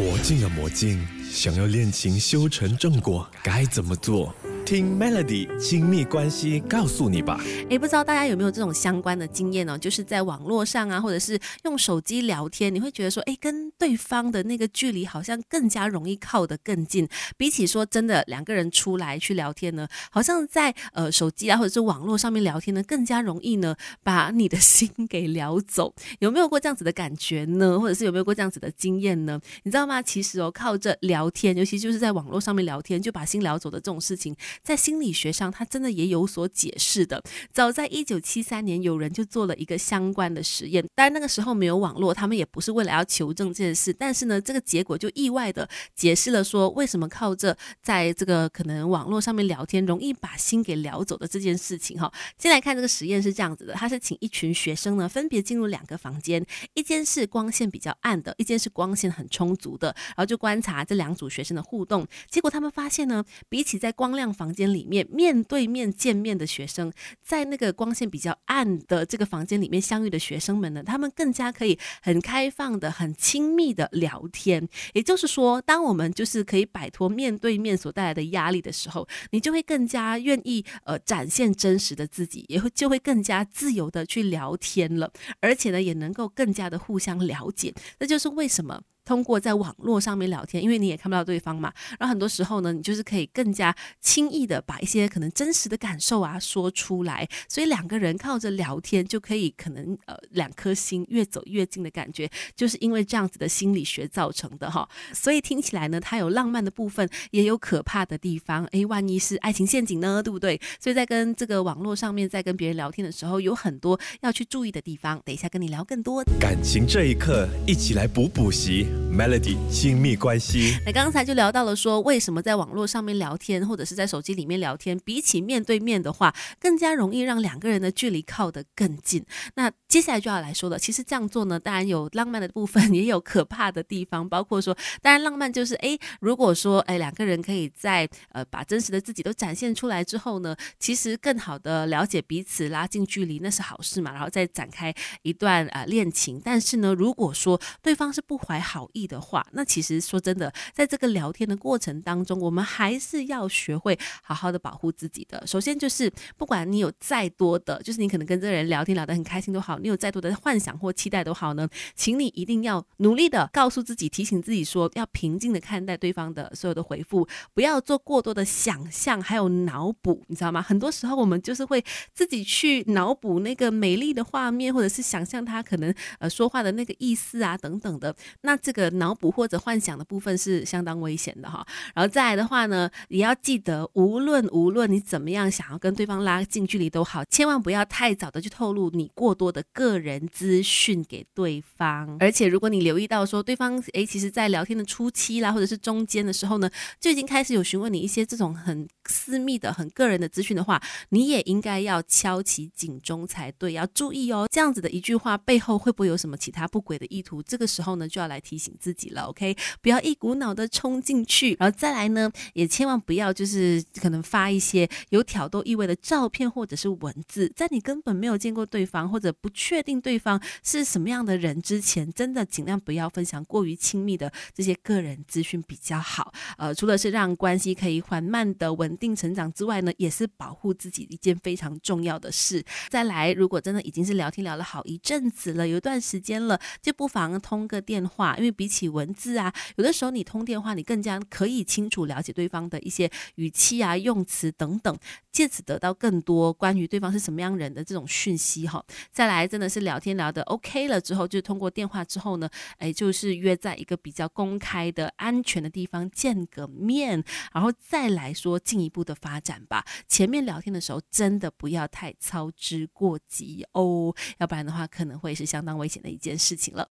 魔镜啊魔镜，想要恋情修成正果，该怎么做？听 Melody 亲密关系告诉你吧。 不知道大家有没有这种相关的经验呢？就是在网络上啊，或者是用手机聊天，你会觉得说，跟对方的那个距离好像更加容易靠得更近，比起说真的两个人出来去聊天呢，好像在手机啊或者是网络上面聊天呢，更加容易呢把你的心给聊走。有没有过这样子的感觉呢？或者是有没有过这样子的经验呢？你知道吗？其实靠着聊天，尤其就是在网络上面聊天就把心聊走的这种事情，在心理学上它真的也有所解释的。早在1973年有人就做了一个相关的实验，当然那个时候没有网络，他们也不是为了要求证这件事，但是呢这个结果就意外的解释了说为什么靠着在这个可能网络上面聊天容易把心给聊走的这件事情。先来看这个实验是这样子的，他是请一群学生呢分别进入2个房间，一间是光线比较暗的，一间是光线很充足的，然后就观察这2组学生的互动。结果他们发现呢，比起在光亮房间里面面对面见面的学生，在那个光线比较暗的这个房间里面相遇的学生们呢，他们更加可以很开放的很亲密的聊天。也就是说，当我们就是可以摆脱面对面所带来的压力的时候，你就会更加愿意展现真实的自己，就会更加自由的去聊天了，而且呢也能够更加的互相了解。这就是为什么通过在网络上面聊天，因为你也看不到对方嘛，然后很多时候呢你就是可以更加轻易的把一些可能真实的感受啊说出来，所以2个人靠着聊天就可以可能2颗心越走越近的感觉，就是因为这样子的心理学造成的哈。所以听起来呢它有浪漫的部分，也有可怕的地方，万一是爱情陷阱呢，对不对？所以在跟这个网络上面在跟别人聊天的时候，有很多要去注意的地方，等一下跟你聊更多。 感情这一刻，一起来补习 Melody 亲密关系。 那刚才就聊到了说，为什么在网络上面聊天或者是在手机里面聊天，比起面对面的话，更加容易让2个人的距离靠得更近。那接下来就要来说了，其实这样做呢，当然有浪漫的部分，也有可怕的地方，包括说，当然浪漫就是如果说2个人可以在把真实的自己都展现出来之后呢，其实更好的了解彼此，拉近距离，那是好事嘛，然后再展开一段恋情。但是呢，如果说对方是不怀好意的话，那其实说真的，在这个聊天的过程当中，我们还是要学会好好的保护自己的。首先就是不管你有再多的，就是你可能跟这个人聊天聊得很开心都好，你有再多的幻想或期待都好呢，请你一定要努力的告诉自己，提醒自己说，要平静的看待对方的所有的回复，不要做过多的想象还有脑补，你知道吗？很多时候我们就是会自己去脑补那个美丽的画面，或者是想象他可能说话的那个意思啊等等的，那这个脑补或者幻想的部分是相当危险的哈。然后再来的话呢，也要记得无论你怎么样想要跟对方拉近距离都好，千万不要太早的去透露你过多的个人资讯给对方。而且如果你留意到说对方其实在聊天的初期啦，或者是中间的时候呢，就已经开始有询问你一些这种很私密的很个人的资讯的话，你也应该要敲起警钟才对，要注意哦，这样子的一句话背后会不会有什么其他不轨的意图，这个时候呢就要来提醒自己了。 OK， 不要一股脑的冲进去。然后再来呢，也千万不要就是可能发一些有挑逗意味的照片或者是文字，在你根本没有见过对方或者不确定对方是什么样的人之前，真的尽量不要分享过于亲密的这些个人资讯比较好。除了是让关系可以缓慢的稳定成长之外呢，也是保护自己一件非常重要的事。再来，如果真的已经是聊天聊了好一阵子了，有一段时间了，就不妨通个电话，因为比起文字啊，有的时候你通电话，你更加可以清楚了解对方的一些语气啊、用词等等，借此得到更多关于对方是什么样人的这种讯息哈。再来，真的是聊天聊得 OK 了之后，就通过电话之后呢，就是约在一个比较公开的安全的地方见个面，然后再来说进一步的发展吧。前面聊天的时候真的不要太操之过急哦，要不然的话可能会是相当危险的一件事情了。